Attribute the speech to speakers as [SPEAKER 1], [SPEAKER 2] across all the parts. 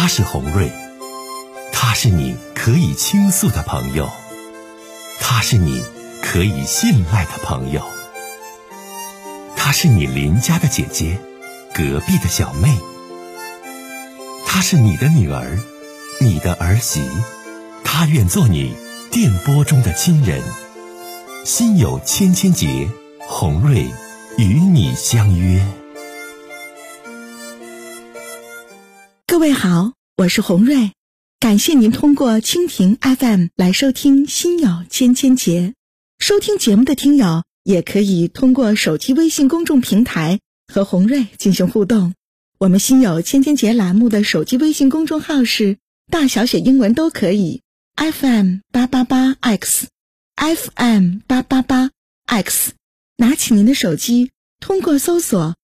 [SPEAKER 1] 他是洪瑞，他是你可以倾诉的朋友，他是你可以信赖的朋友，他是你邻家的姐姐，隔壁的小妹，他是你的女儿，你的儿媳，他愿做你电波中的亲人。心有千千结，洪瑞与你相约。
[SPEAKER 2] 各位好，我是洪瑞，感谢您通过蜻蜓 FM 来收听心有千千结。收听节目的听友也可以通过手机微信公众平台和洪瑞进行互动。我们心有千千结栏目的手机微信公众号是大小写英文都可以 FM888X FM888X， 拿起您的手机，通过搜索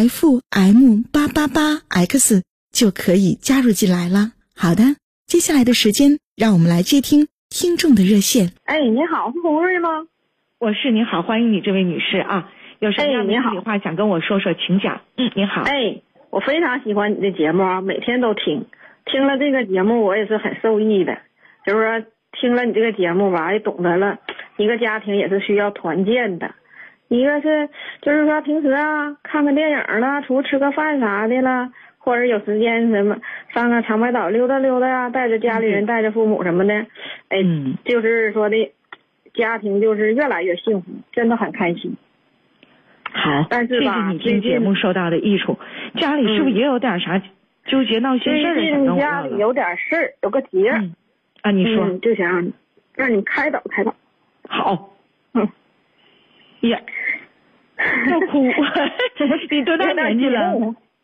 [SPEAKER 2] FM888X 就可以加入进来了。好的，接下来的时间让我们来接听听众的热线。
[SPEAKER 3] 哎，你好，是洪瑞吗？
[SPEAKER 4] 我是，你好，欢迎你这位女士啊，有什么样的心里话想跟我说说，请讲。你好。
[SPEAKER 3] 哎，我非常喜欢你的节目啊，每天都听了这个节目，我也是很受益的。就是说听了你这个节目吧，也懂得了一个家庭也是需要团建的。一个是就是说平时啊看看电影啦，出去吃个饭啥的啦，或者有时间什么上个长白岛溜达溜达呀，带着家里人带着父母什么的，哎，就是说的家庭就是越来越幸福，真的很开心。
[SPEAKER 4] 好，
[SPEAKER 3] 但是吧，
[SPEAKER 4] 谢谢你听节目受到的益处。家里是不是也有点啥纠结闹心事儿？
[SPEAKER 3] 最近家里有点事儿，有个节
[SPEAKER 4] 啊，你说，
[SPEAKER 3] 就想让你开导开导。
[SPEAKER 4] 好，呀，要哭，你多大年纪了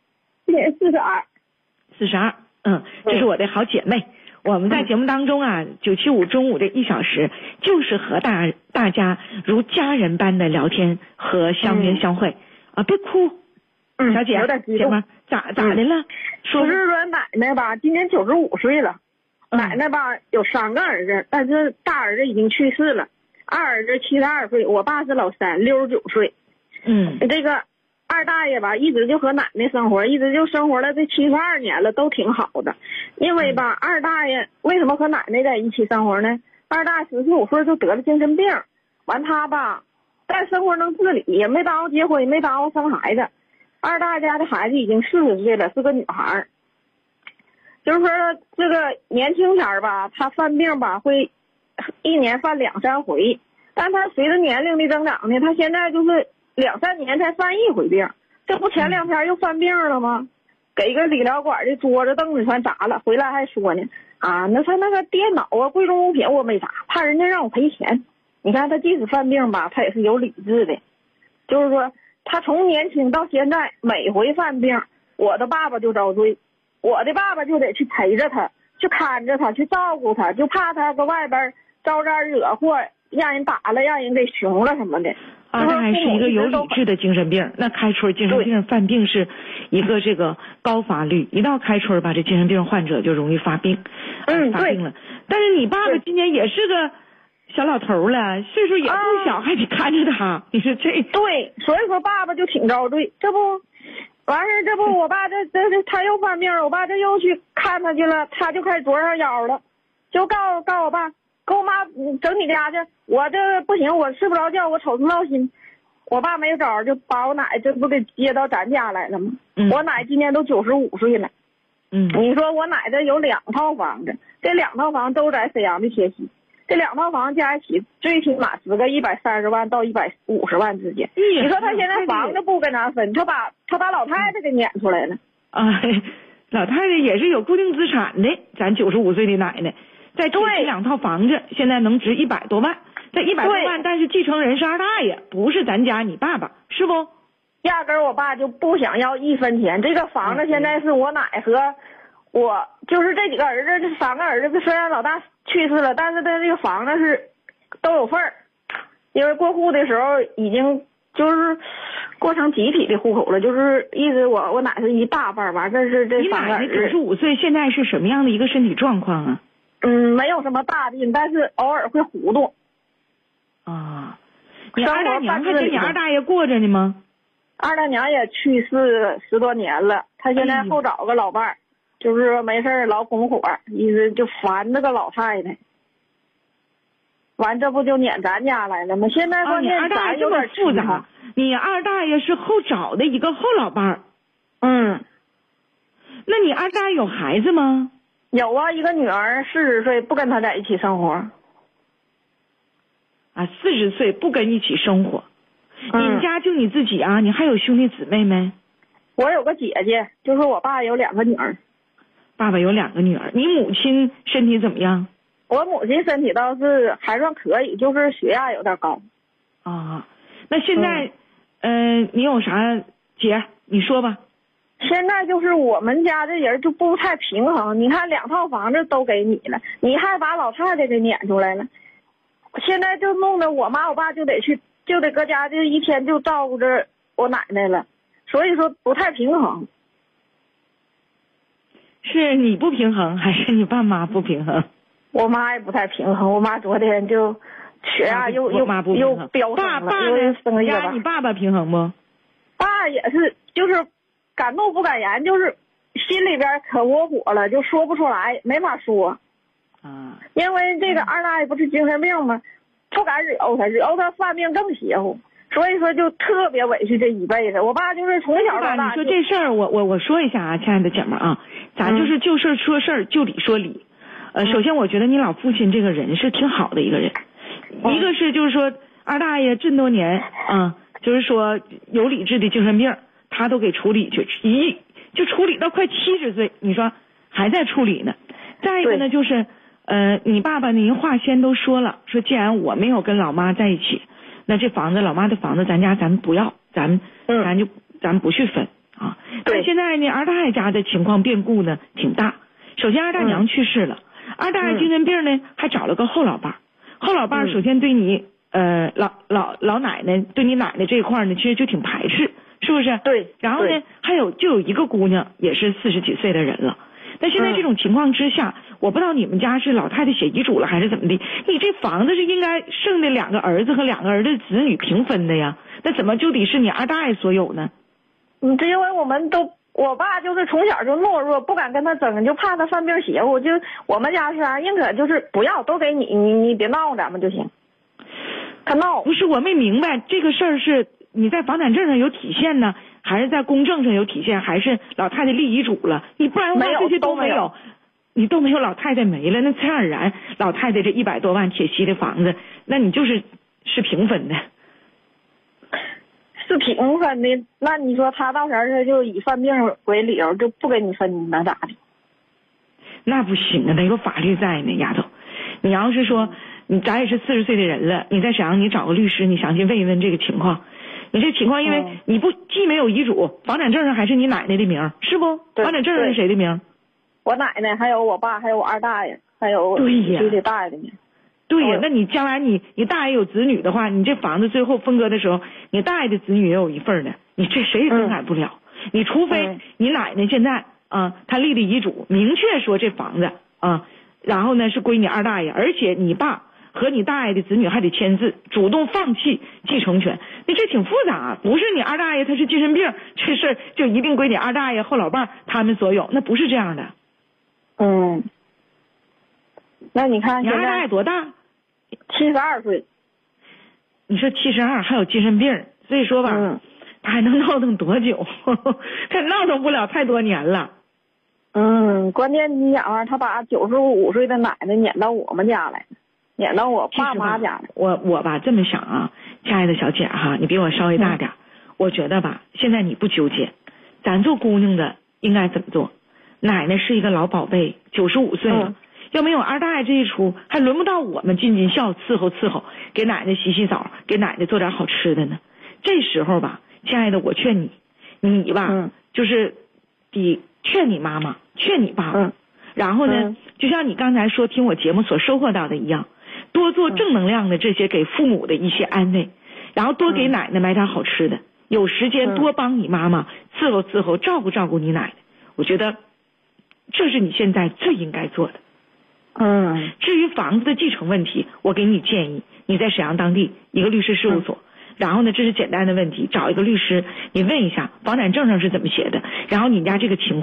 [SPEAKER 3] ？42。
[SPEAKER 4] 42，这是我的好姐妹。我们在节目当中啊，975中午这1小时，就是和大家如家人般的聊天和相约相会啊！别哭，小姐，
[SPEAKER 3] 有点激动。
[SPEAKER 4] 姐们咋的了？
[SPEAKER 3] 说奶奶吧，今年95岁了，奶奶吧有3个儿子，但是大儿子已经去世了，二儿子72岁，我爸是老三，69岁。这个二大爷吧，一直就和奶奶生活，一直就生活了这72年了，都挺好的。因为吧，二大爷为什么和奶奶在一起生活呢？二大爷14、15岁就得了精神病，完他吧，但生活能自理，也没耽误结婚，也没耽误生孩子。二大家的孩子已经40岁了，是个女孩。就是说这个年轻前吧，他犯病吧会1年犯2、3回，但他随着年龄的增长呢，他现在就是2、3年才犯1回病。这不前2天又犯病了吗？给个理疗馆的桌子凳子全砸了，回来还说呢那他那个电脑啊贵重物品我没砸，怕人家让我赔钱。你看他即使犯病吧，他也是有理智的。就是说他从年轻到现在每回犯病，我的爸爸就遭罪，我的爸爸就得去陪着他，去看着他，去照顾他，就怕他搁外边招灾惹祸，让人打了，让人给熊了什么的。
[SPEAKER 4] 他还是一个有理智的精神病。那开春精神病犯病是一个这个高发率，一到开春吧，这精神病患者就容易发病，发病了。但是你爸爸今年也是个小老头了，岁数也不小，还得看着他。你说这
[SPEAKER 3] 对，所以说爸爸就挺遭罪。这不完事，这不我爸这他又犯病了，我爸这又去看他去了，他就开始灼上腰了，就告诉我爸，跟我妈整你家去，我这不行，我睡不着觉，我瞅着闹心。我爸没招，就把我奶这不给接到咱家来了吗？我奶今年都95岁了。你说我奶这有2套房子，这2套房都在沈阳的铁西，这2套房加一起最起码值个130万到150万之间。你说他现在房子不跟咱分，他把老太太给撵出来了。
[SPEAKER 4] 老太太也是有固定资产的，咱95岁的奶奶在这2套房子现在能值100多万，这100多万，但是继承人是二大爷，不是咱家你爸爸，是不？
[SPEAKER 3] 压根儿我爸就不想要1分钱。这个房子现在是我奶和我，就是这几个儿子，这3个儿子，虽然老大去世了，但是他这个房子是都有份儿，因为过户的时候已经就是过成集体的户口了，就是意思我奶是一大半，完这是这3个儿子。
[SPEAKER 4] 你奶奶95岁，现在是什么样的一个身体状况啊？
[SPEAKER 3] 没有什么大病，但是偶尔会糊涂。
[SPEAKER 4] 你二大娘还跟你二大爷过着呢吗？
[SPEAKER 3] 二大娘也去世10多年了，她现在后找个老伴儿， 就是没事老拱火，一直就烦那个老太太。完这不就撵咱家来了吗？现在关键咱有点
[SPEAKER 4] 复杂。你二大爷是后找的一个后老伴儿。那你二大爷有孩子吗？
[SPEAKER 3] 有啊，一个女儿，40岁，不跟他在一起生活。
[SPEAKER 4] 啊，40岁不跟一起生活。你们家就你自己啊？你还有兄弟姊妹没？
[SPEAKER 3] 我有个姐姐，就是我爸有2个女儿。
[SPEAKER 4] 爸爸有2个女儿。你母亲身体怎么样？
[SPEAKER 3] 我母亲身体倒是还算可以，就是血压有点高。
[SPEAKER 4] 啊，那现在，你有啥姐？你说吧。
[SPEAKER 3] 现在就是我们家这人就不太平衡，你看2套房子都给你了，你还把老太太给撵出来了，现在就弄得我妈我爸就得搁家，就一天就照顾着我奶奶了，所以说不太平衡。是
[SPEAKER 4] 你不平衡还是你爸妈不平衡？
[SPEAKER 3] 我妈也不太平衡，我妈昨天就血压又飙升了。
[SPEAKER 4] 爸呢？你爸爸平衡不？
[SPEAKER 3] 爸也是，就是敢怒不敢言，就是心里边可窝火了，就说不出来，没法说。因为这个二大爷不是精神病吗？不敢惹他犯病更邪乎，所以说就特别委屈这一辈子。我爸就是从小到大。
[SPEAKER 4] 你说这事儿，我说一下啊，亲爱的姐们啊，咱就是就事说事儿，就理说理。首先我觉得你老父亲这个人是挺好的一个人，一个是就是说二大爷这么多年就是说有理智的精神病，他都给处理就处理到快70岁，你说还在处理呢。再一个呢，就是你爸爸您话先都说了，说既然我没有跟老妈在一起，那这房子老妈的房子咱不要，咱不去分啊。但现在呢，二大爷家的情况变故呢挺大。首先二大娘去世了，二大爷精神病呢还找了个后老伴后老伴首先对你老奶奶对你奶奶这一块呢其实就挺排斥，是不是？
[SPEAKER 3] 对。
[SPEAKER 4] 然后呢就有一个姑娘也是40几岁的人了。那现在这种情况之下，我不知道你们家是老太太写遗嘱了还是怎么的，你这房子是应该剩的2个儿子和2个儿子子女平分的呀，那怎么就得是你二大爷所有呢？
[SPEAKER 3] 这因为我爸就是从小就懦弱，不敢跟他争，就怕他犯病邪乎。就我们家是宁可就是不要，都给你别闹咱们就行。他闹
[SPEAKER 4] 不是，我没明白这个事儿是你在房产证上有体现呢，还是在公证上有体现，还是老太太立遗嘱了？你不然的话这些都没有，你都没有，老太太没了，那自然而然老太太这100多万铁西的房子，那你是平分的。
[SPEAKER 3] 是平分的，那你说他到时候他就以犯病为理由就不给你分，那咋的？
[SPEAKER 4] 那不行啊，得有法律在呢，丫头。你要是说咱也是40岁的人了，你在沈阳你找个律师，你详细问一问这个情况。你这情况，因为你既没有遗嘱，房产证上还是你奶奶的名，是不？房产证上是谁的名？
[SPEAKER 3] 我奶奶，还有我爸，还有我二大爷，还有我弟弟大爷的名。
[SPEAKER 4] 对呀，那你将来你大爷有子女的话，你这房子最后分割的时候，你大爷的子女也有一份的，你这谁也更改不了。你除非你奶奶现在她立的遗嘱明确说这房子然后呢是归你二大爷，而且你爸和你大爷的子女还得签字，主动放弃继承权。你这挺复杂，不是你二大爷他是精神病，这事就一定归你二大爷后老伴他们所有，那不是这样的。
[SPEAKER 3] 那你看
[SPEAKER 4] 你二大爷多大
[SPEAKER 3] ？72岁。
[SPEAKER 4] 你说72还有精神病，所以说吧，他还能闹腾多久？他闹腾不了太多年了。
[SPEAKER 3] 关键你想他把95岁的奶奶撵到我们家来，撵到我爸妈家来。
[SPEAKER 4] 我吧这么想啊，亲爱的小姐哈，你比我稍微大点，我觉得吧，现在你不纠结，咱做姑娘的应该怎么做？奶奶是一个老宝贝，95岁了。要没有二大爷这一出，还轮不到我们尽尽孝伺候，给奶奶洗澡，给奶奶做点好吃的呢。这时候吧，亲爱的，我劝你吧，就是得劝你妈妈，劝你爸爸，然后呢，就像你刚才说听我节目所收获到的一样，多做正能量的这些给父母的一些安慰，然后多给奶奶买点好吃的，有时间多帮你妈妈伺候照顾你奶奶。我觉得这是你现在最应该做的。至于房子的继承问题，我给你建议，你在沈阳当地一个律师事务所，然后呢，这是简单的问题，找一个律师，你问一下房产证上是怎么写的，然后你家这个情况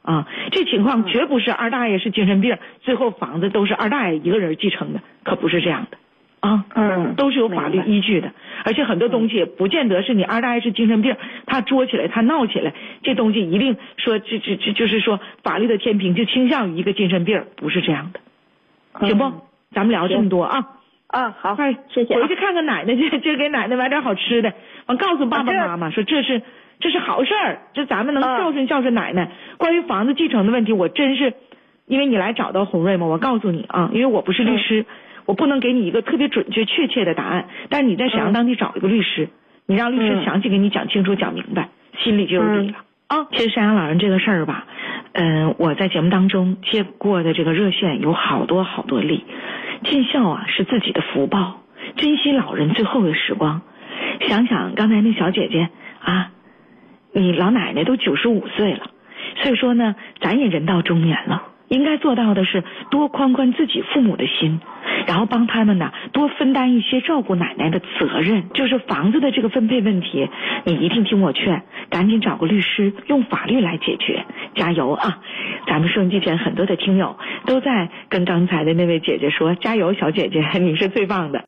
[SPEAKER 4] 啊，这情况绝不是二大爷是精神病，最后房子都是二大爷一个人继承的，可不是这样的啊。都是有法律依据的，而且很多东西不见得是你二大爷是精神病，他作起来他闹起来，这东西一定说这就是说法律的天平就倾向于一个精神病，不是这样的，行不？咱们聊这么多啊。
[SPEAKER 3] 好，
[SPEAKER 4] 快
[SPEAKER 3] 谢谢。
[SPEAKER 4] 回去看看奶奶去，就给奶奶买点好吃的，完告诉爸爸妈妈说这是好事儿，这咱们能孝顺奶奶。关于房子继承的问题，我真是因为你来找到洪瑞嘛，我告诉你啊，因为我不是律师，我不能给你一个特别准确确切的答案，但是你在沈阳当地找一个律师，你让律师详细给你讲清楚讲明白，心里就有底了啊。其实赡养老人这个事儿吧，我在节目当中接过的这个热线有好多例。尽孝啊是自己的福报，珍惜老人最后的时光。想想刚才那小姐姐啊，你老奶奶都95岁了，所以说呢，咱也人到中年了，应该做到的是多宽自己父母的心，然后帮他们呢多分担一些照顾奶奶的责任。就是房子的这个分配问题，你一定听我劝，赶紧找个律师，用法律来解决。加油啊！咱们收音机前很多的听友都在跟刚才的那位姐姐说，加油，小姐姐，你是最棒的。